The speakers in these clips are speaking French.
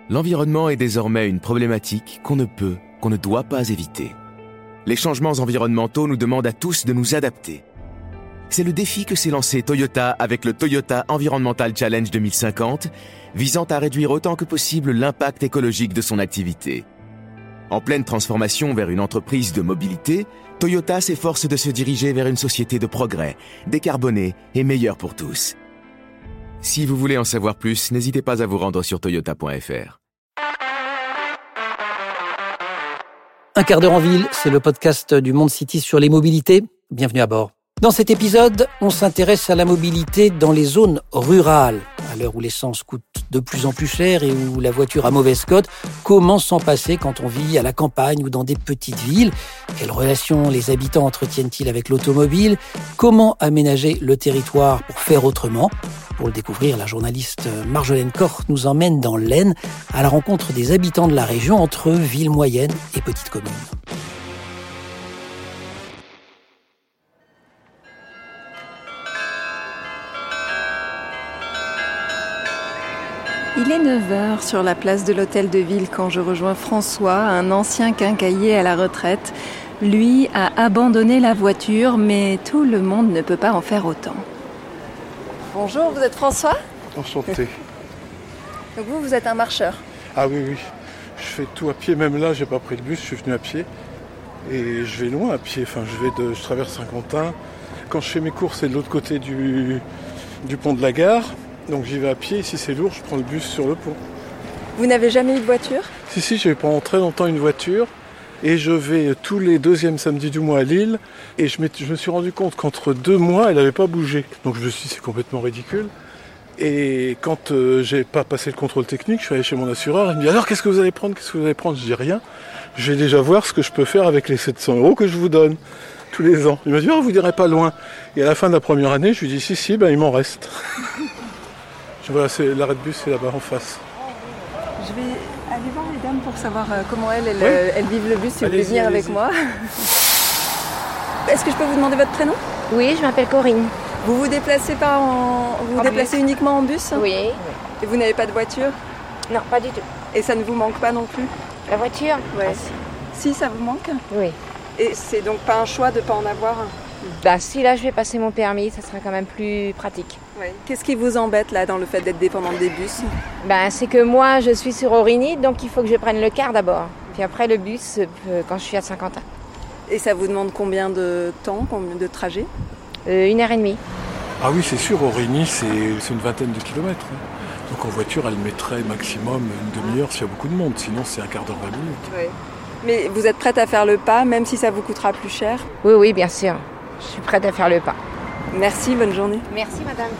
L'environnement est désormais une problématique qu'on ne doit pas éviter. Les changements environnementaux nous demandent à tous de nous adapter. C'est le défi que s'est lancé Toyota avec le Toyota Environmental Challenge 2050, visant à réduire autant que possible l'impact écologique de son activité. En pleine transformation vers une entreprise de mobilité, Toyota s'efforce de se diriger vers une société de progrès, décarbonée et meilleure pour tous. Si vous voulez en savoir plus, n'hésitez pas à vous rendre sur toyota.fr. Un quart d'heure en ville, c'est le podcast du Monde City sur les mobilités. Bienvenue à bord. Dans cet épisode, on s'intéresse à la mobilité dans les zones rurales. À l'heure où l'essence coûte de plus en plus cher et où la voiture a mauvaise cote, comment s'en passer quand on vit à la campagne ou dans des petites villes ? Quelles relations les habitants entretiennent-ils avec l'automobile ? Comment aménager le territoire pour faire autrement ? Pour le découvrir, la journaliste Marjolaine Corr nous emmène dans l'Aisne à la rencontre des habitants de la région entre villes moyennes et petites communes. Il est 9h sur la place de l'Hôtel de Ville quand je rejoins François, un ancien quincaillier à la retraite. Lui a abandonné la voiture, mais tout le monde ne peut pas en faire autant. Bonjour, vous êtes François ? Enchanté. Donc vous êtes un marcheur ? Ah oui, je fais tout à pied, même là j'ai pas pris le bus, je suis venu à pied. Et je vais loin à pied, je traverse Saint-Quentin. Quand je fais mes courses, c'est de l'autre côté du pont de la gare. Donc j'y vais à pied, si c'est lourd, je prends le bus sur le pont. Vous n'avez jamais eu de voiture ? Si, j'ai eu pendant très longtemps une voiture. Et je vais tous les deuxièmes samedis du mois à Lille. Et je me suis rendu compte qu'entre 2 mois, elle n'avait pas bougé. Donc je me suis dit, c'est complètement ridicule. Et quand j'ai pas passé le contrôle technique, je suis allé chez mon assureur. Il me dit, alors qu'est-ce que vous allez prendre ? Je dis rien. Je vais déjà voir ce que je peux faire avec les 700 € que je vous donne tous les ans. Il m'a dit, vous n'irez pas loin. Et à la fin de la première année, je lui dis, si, il m'en reste. Voilà, l'arrêt de bus, c'est là-bas en face. Je vais aller voir les dames pour savoir comment elles vivent le bus, si vous voulez venir avec moi. Est-ce que je peux vous demander votre prénom ? Oui, je m'appelle Corinne. Vous vous déplacez uniquement en bus ? Oui. Et vous n'avez pas de voiture ? Non, pas du tout. Et ça ne vous manque pas non plus ? La voiture ? Ouais. Si, ça vous manque ? Oui. Et c'est donc pas un choix de ne pas en avoir ? Si là je vais passer mon permis, ça sera quand même plus pratique. Ouais. Qu'est-ce qui vous embête là dans le fait d'être dépendante des bus ? C'est que moi je suis sur Aurigny, donc il faut que je prenne le car d'abord. Puis après le bus quand je suis à Saint-Quentin. Et ça vous demande combien de temps, combien de trajet ? 1h30. Ah oui, c'est sûr, Aurigny c'est une vingtaine de kilomètres. Donc en voiture elle mettrait maximum une demi-heure s'il y a beaucoup de monde, sinon c'est un quart d'heure, 20 minutes. Ouais. Mais vous êtes prête à faire le pas, même si ça vous coûtera plus cher ? Oui, bien sûr. Je suis prête à faire le pas. Merci, bonne journée. Merci madame.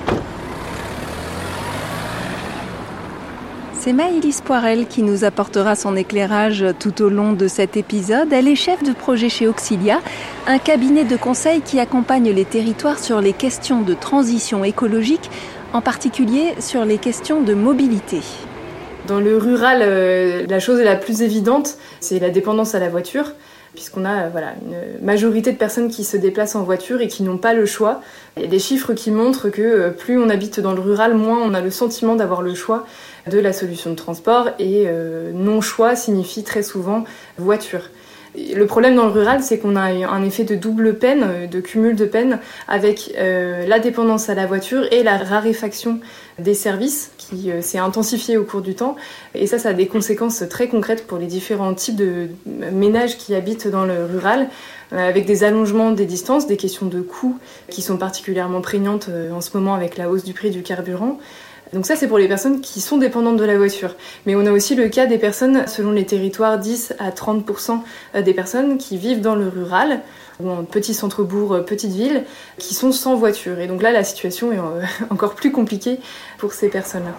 C'est Maëlys Poirel qui nous apportera son éclairage tout au long de cet épisode. Elle est chef de projet chez Auxilia, un cabinet de conseil qui accompagne les territoires sur les questions de transition écologique, en particulier sur les questions de mobilité. Dans le rural, la chose la plus évidente, c'est la dépendance à la voiture, puisqu'on a une majorité de personnes qui se déplacent en voiture et qui n'ont pas le choix. Il y a des chiffres qui montrent que plus on habite dans le rural, moins on a le sentiment d'avoir le choix de la solution de transport, et non-choix signifie très souvent voiture. Le problème dans le rural, c'est qu'on a un effet de double peine, de cumul de peine, avec la dépendance à la voiture et la raréfaction des services qui s'est intensifiée au cours du temps. Et ça a des conséquences très concrètes pour les différents types de ménages qui habitent dans le rural, avec des allongements des distances, des questions de coûts qui sont particulièrement prégnantes en ce moment avec la hausse du prix du carburant. Donc ça, c'est pour les personnes qui sont dépendantes de la voiture. Mais on a aussi le cas des personnes, selon les territoires, 10 à 30% des personnes qui vivent dans le rural, ou en petits centres-bourgs, petites villes, qui sont sans voiture. Et donc là, la situation est encore plus compliquée pour ces personnes-là.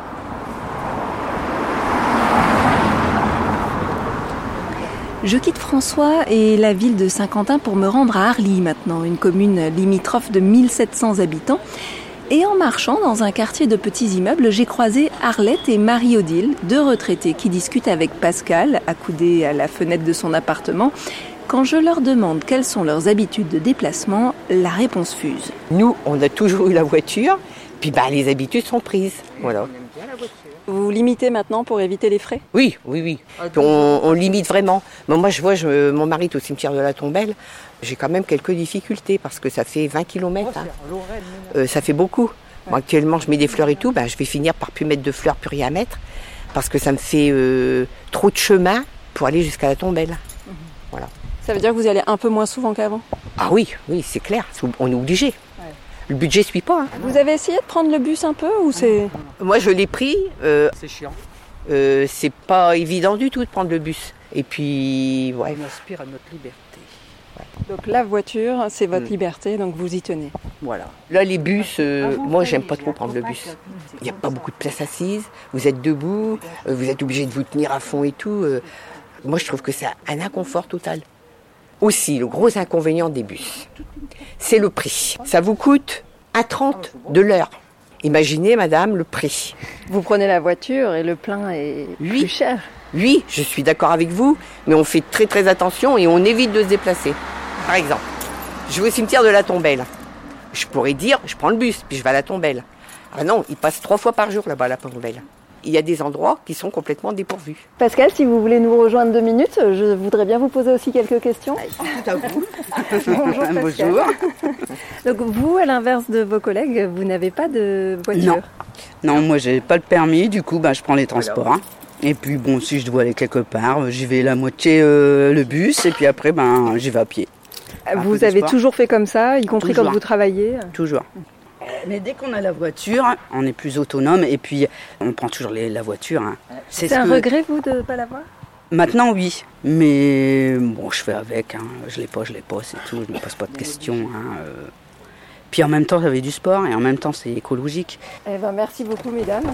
Je quitte François et la ville de Saint-Quentin pour me rendre à Arly maintenant, une commune limitrophe de 1700 habitants. Et en marchant dans un quartier de petits immeubles, j'ai croisé Arlette et Marie-Odile, 2 retraités qui discutent avec Pascal, accoudés à la fenêtre de son appartement. Quand je leur demande quelles sont leurs habitudes de déplacement, la réponse fuse. Nous, on a toujours eu la voiture, Puis les habitudes sont prises. Voilà. Vous limitez maintenant pour éviter les frais ? Oui. Puis on limite vraiment. Mais moi, je vois mon mari est au cimetière de la Tombelle. J'ai quand même quelques difficultés parce que ça fait 20 km. Ça fait beaucoup. Moi, actuellement, je mets des fleurs et tout. Je vais finir par plus mettre de fleurs, plus rien mettre. Parce que ça me fait trop de chemin pour aller jusqu'à la Tombelle. Voilà. Ça veut dire que vous y allez un peu moins souvent qu'avant ? Ah oui, c'est clair. On est obligé. Le budget ne suit pas. Vous avez essayé de prendre le bus un peu ou c'est... Moi, je l'ai pris. C'est chiant. C'est pas évident du tout de prendre le bus. Et puis, On aspire à notre liberté. Donc la voiture, c'est votre liberté, donc vous y tenez. Voilà. Là, les bus, moi, j'aime pas trop prendre le bus. Il n'y a pas beaucoup de place assise. Vous êtes debout. Vous êtes obligé de vous tenir à fond et tout. Moi, je trouve que c'est un inconfort total. Aussi, le gros inconvénient des bus, c'est le prix. Ça vous coûte 1,30 de l'heure. Imaginez, madame, le prix. Vous prenez la voiture et le plein est plus cher. Oui, je suis d'accord avec vous, mais on fait très très attention et on évite de se déplacer. Par exemple, je vais au cimetière de la Tombelle. Je pourrais dire, je prends le bus, puis je vais à la Tombelle. Ah non, il passe 3 fois par jour là-bas à la Tombelle. Il y a des endroits qui sont complètement dépourvus. Pascal, si vous voulez nous rejoindre 2 minutes, je voudrais bien vous poser aussi quelques questions. Tout à vous. Bonjour Pascal. Bonjour. Donc vous, à l'inverse de vos collègues, vous n'avez pas de voiture ? Non, moi j'ai pas le permis, du coup je prends les transports. Et puis si je dois aller quelque part, j'y vais la moitié le bus et puis après j'y vais à pied. Vous avez toujours fait comme ça, y compris quand vous travaillez ? Toujours. Mais dès qu'on a la voiture, on est plus autonome et puis on prend toujours la voiture. C'est un regret, vous, de ne pas l'avoir ? Maintenant, oui. Mais je fais avec. Je l'ai pas, c'est tout. Je ne me pose pas de questions. Puis en même temps, j'avais du sport et en même temps, c'est écologique. Merci beaucoup, mesdames.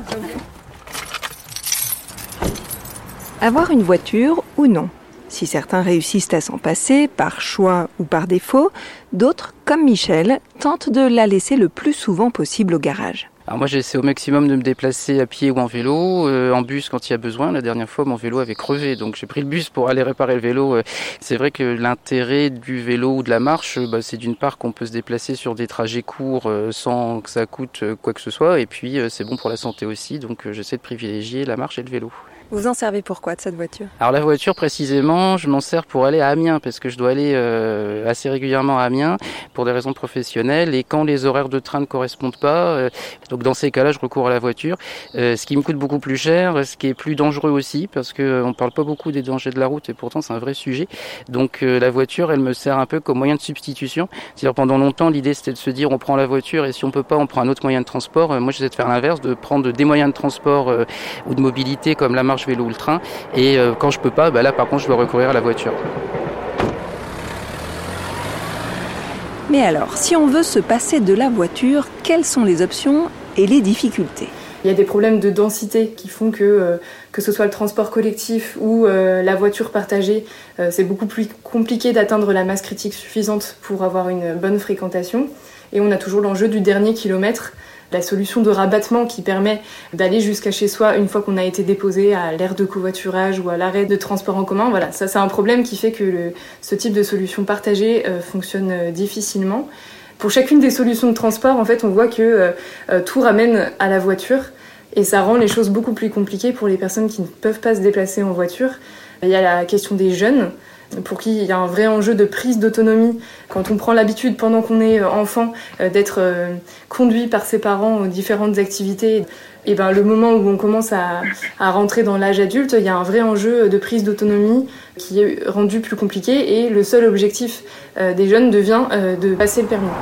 Avoir une voiture ou non ? Si certains réussissent à s'en passer, par choix ou par défaut, d'autres, comme Michel, tentent de la laisser le plus souvent possible au garage. Alors moi j'essaie au maximum de me déplacer à pied ou en vélo, en bus quand il y a besoin. La dernière fois mon vélo avait crevé, donc j'ai pris le bus pour aller réparer le vélo. C'est vrai que l'intérêt du vélo ou de la marche, c'est d'une part qu'on peut se déplacer sur des trajets courts sans que ça coûte quoi que ce soit, et puis c'est bon pour la santé aussi, donc j'essaie de privilégier la marche et le vélo. Vous en servez pour quoi de cette voiture ? Alors la voiture précisément, je m'en sers pour aller à Amiens parce que je dois aller assez régulièrement à Amiens pour des raisons professionnelles et quand les horaires de train ne correspondent pas, donc dans ces cas-là je recours à la voiture, ce qui me coûte beaucoup plus cher, ce qui est plus dangereux aussi parce que on parle pas beaucoup des dangers de la route et pourtant c'est un vrai sujet. Donc la voiture elle me sert un peu comme moyen de substitution. C'est-à-dire pendant longtemps l'idée c'était de se dire on prend la voiture et si on peut pas on prend un autre moyen de transport. Moi j'essaie de faire l'inverse, de prendre des moyens de transport ou de mobilité comme la marche, vélo ou le train et quand je peux pas, là par contre je dois recourir à la voiture. Mais alors, si on veut se passer de la voiture, quelles sont les options et les difficultés ? Il y a des problèmes de densité qui font que ce soit le transport collectif ou la voiture partagée, c'est beaucoup plus compliqué d'atteindre la masse critique suffisante pour avoir une bonne fréquentation. Et on a toujours l'enjeu du dernier kilomètre, la solution de rabattement qui permet d'aller jusqu'à chez soi une fois qu'on a été déposé à l'aire de covoiturage ou à l'arrêt de transport en commun. Voilà, ça c'est un problème qui fait que ce type de solution partagée fonctionne difficilement. Pour chacune des solutions de transport, en fait, on voit que tout ramène à la voiture et ça rend les choses beaucoup plus compliquées pour les personnes qui ne peuvent pas se déplacer en voiture. Il y a la question des jeunes, pour qui il y a un vrai enjeu de prise d'autonomie. Quand on prend l'habitude, pendant qu'on est enfant, d'être conduit par ses parents aux différentes activités, et le moment où on commence à rentrer dans l'âge adulte, il y a un vrai enjeu de prise d'autonomie qui est rendu plus compliqué et le seul objectif des jeunes devient de passer le permis.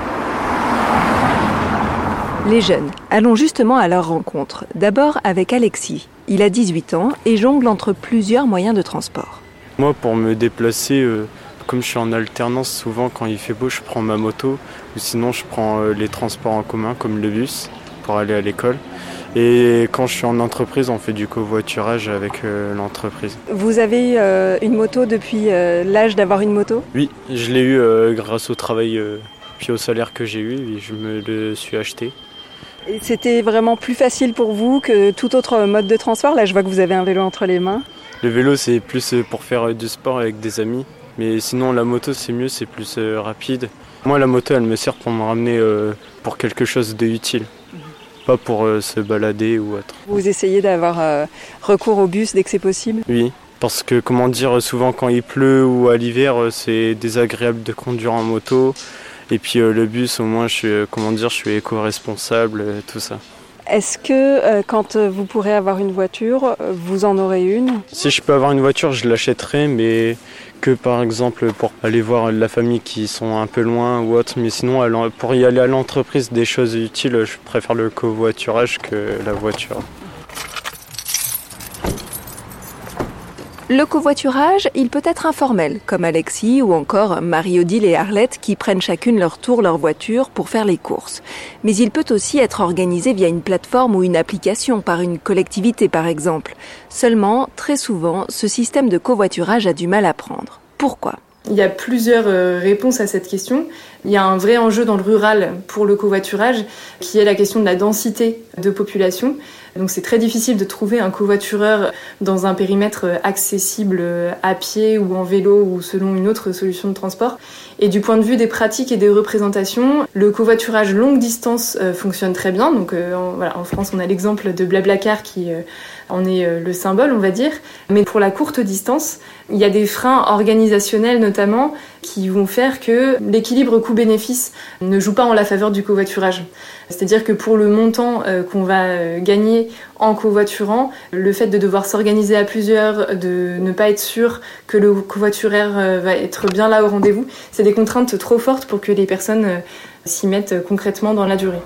Les jeunes, allons justement à leur rencontre. D'abord avec Alexis. Il a 18 ans et jongle entre plusieurs moyens de transport. Moi, pour me déplacer, comme je suis en alternance, souvent quand il fait beau, je prends ma moto ou sinon je prends les transports en commun comme le bus pour aller à l'école. Et quand je suis en entreprise, on fait du covoiturage avec l'entreprise. Vous avez une moto depuis l'âge d'avoir une moto ? Oui, je l'ai eu grâce au travail puis au salaire que j'ai eu et je me le suis acheté. Et c'était vraiment plus facile pour vous que tout autre mode de transport ? Là, je vois que vous avez un vélo entre les mains. Le vélo, c'est plus pour faire du sport avec des amis. Mais sinon, la moto, c'est mieux, c'est plus rapide. Moi, la moto, elle me sert pour me ramener pour quelque chose d'utile, pas pour se balader ou autre. Vous essayez d'avoir recours au bus dès que c'est possible ? Oui, parce que souvent quand il pleut ou à l'hiver, c'est désagréable de conduire en moto. Et puis le bus, au moins, je suis éco-responsable, tout ça. Est-ce que quand vous pourrez avoir une voiture, vous en aurez une ? Si je peux avoir une voiture, je l'achèterai, mais que par exemple pour aller voir la famille qui sont un peu loin ou autre. Mais sinon, pour y aller à l'entreprise, des choses utiles, je préfère le covoiturage que la voiture. Le covoiturage, il peut être informel, comme Alexis ou encore Marie-Odile et Arlette qui prennent chacune leur tour leur voiture pour faire les courses. Mais il peut aussi être organisé via une plateforme ou une application, par une collectivité par exemple. Seulement, très souvent, ce système de covoiturage a du mal à prendre. Pourquoi ? Il y a plusieurs réponses à cette question. Il y a un vrai enjeu dans le rural pour le covoiturage, qui est la question de la densité de population. Donc c'est très difficile de trouver un covoitureur dans un périmètre accessible à pied ou en vélo ou selon une autre solution de transport. Et du point de vue des pratiques et des représentations, le covoiturage longue distance fonctionne très bien. Donc en France, on a l'exemple de Blablacar qui en est le symbole, on va dire. Mais pour la courte distance, il y a des freins organisationnels notamment qui vont faire que l'équilibre coût-bénéfice ne joue pas en la faveur du covoiturage. C'est-à-dire que pour le montant qu'on va gagner en covoiturant, le fait de devoir s'organiser à plusieurs, de ne pas être sûr que le covoitureur va être bien là au rendez-vous, c'est des contraintes trop fortes pour que les personnes s'y mettent concrètement dans la durée.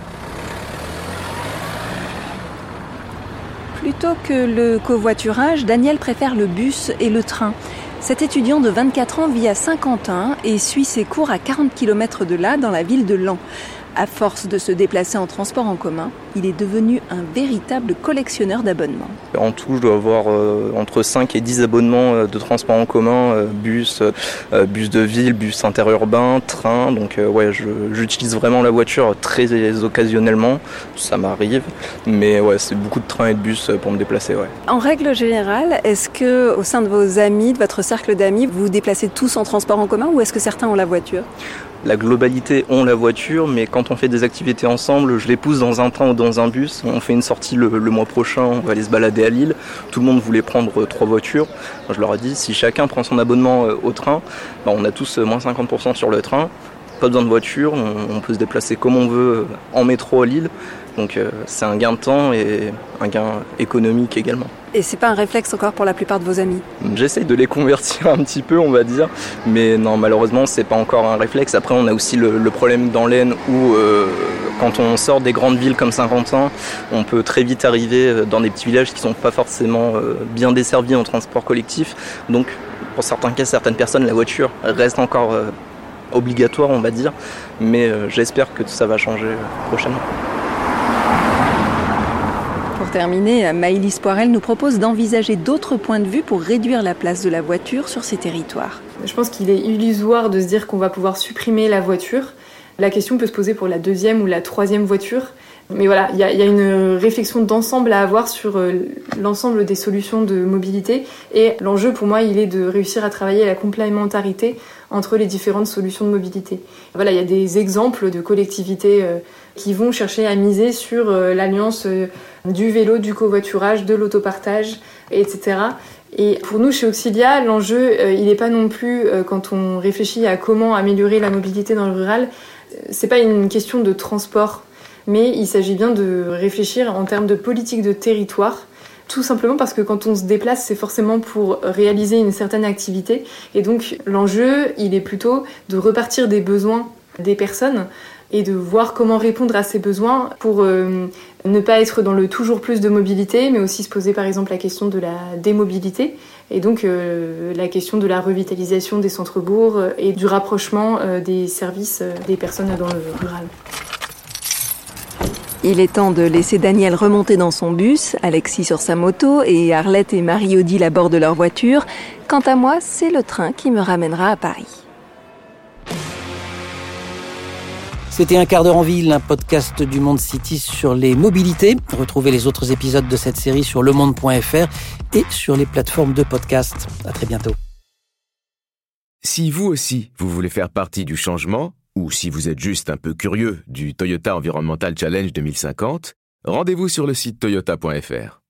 Plutôt que le covoiturage, Daniel préfère le bus et le train. Cet étudiant de 24 ans vit à Saint-Quentin et suit ses cours à 40 km de là, dans la ville de Laon. À force de se déplacer en transport en commun, il est devenu un véritable collectionneur d'abonnements. En tout, je dois avoir entre 5 et 10 abonnements de transport en commun, bus de ville, bus interurbain, train. Donc j'utilise vraiment la voiture très occasionnellement, ça m'arrive. Mais c'est beaucoup de trains et de bus pour me déplacer. Ouais. En règle générale, est-ce que au sein de vos amis, de votre cercle d'amis, vous vous déplacez tous en transport en commun ou est-ce que certains ont la voiture ? La globalité ont la voiture, mais quand on fait des activités ensemble, je les pousse dans un train ou dans un bus. On fait une sortie le mois prochain, on va aller se balader à Lille. Tout le monde voulait prendre 3 voitures. Je leur ai dit, si chacun prend son abonnement au train, on a tous moins 50% sur le train. Pas besoin de voiture, on peut se déplacer comme on veut en métro à Lille. Donc c'est un gain de temps et un gain économique également. Et c'est pas un réflexe encore pour la plupart de vos amis ? J'essaye de les convertir un petit peu, on va dire. Mais non, malheureusement, c'est pas encore un réflexe. Après, on a aussi le problème dans l'Aisne où quand on sort des grandes villes comme Saint-Quentin, on peut très vite arriver dans des petits villages qui sont pas forcément bien desservis en transport collectif. Donc, pour certains cas, certaines personnes, la voiture reste encore obligatoire, on va dire. Mais j'espère que ça va changer prochainement. Pour terminer, Maëlys Poirel nous propose d'envisager d'autres points de vue pour réduire la place de la voiture sur ces territoires. Je pense qu'il est illusoire de se dire qu'on va pouvoir supprimer la voiture. La question peut se poser pour la 2e ou la 3e voiture. Mais voilà, il y a une réflexion d'ensemble à avoir sur l'ensemble des solutions de mobilité. Et l'enjeu pour moi, il est de réussir à travailler la complémentarité entre les différentes solutions de mobilité. Voilà, il y a des exemples de collectivités qui vont chercher à miser sur l'alliance du vélo, du covoiturage, de l'autopartage, etc. Et pour nous, chez Auxilia, l'enjeu, il n'est pas non plus, quand on réfléchit à comment améliorer la mobilité dans le rural, c'est pas une question de transport, mais il s'agit bien de réfléchir en termes de politique de territoire, tout simplement parce que quand on se déplace, c'est forcément pour réaliser une certaine activité. Et donc, l'enjeu, il est plutôt de repartir des besoins des personnes et de voir comment répondre à ces besoins pour ne pas être dans le toujours plus de mobilité, mais aussi se poser par exemple la question de la démobilité et donc la question de la revitalisation des centres-bourgs et du rapprochement des services des personnes dans le rural. Il est temps de laisser Daniel remonter dans son bus, Alexis sur sa moto et Arlette et Marie-Odile à bord de leur voiture. Quant à moi, c'est le train qui me ramènera à Paris. C'était Un quart d'heure en ville, un podcast du Monde City sur les mobilités. Retrouvez les autres épisodes de cette série sur lemonde.fr et sur les plateformes de podcast. À très bientôt. Si vous aussi, vous voulez faire partie du changement, ou si vous êtes juste un peu curieux du Toyota Environmental Challenge 2050, rendez-vous sur le site toyota.fr.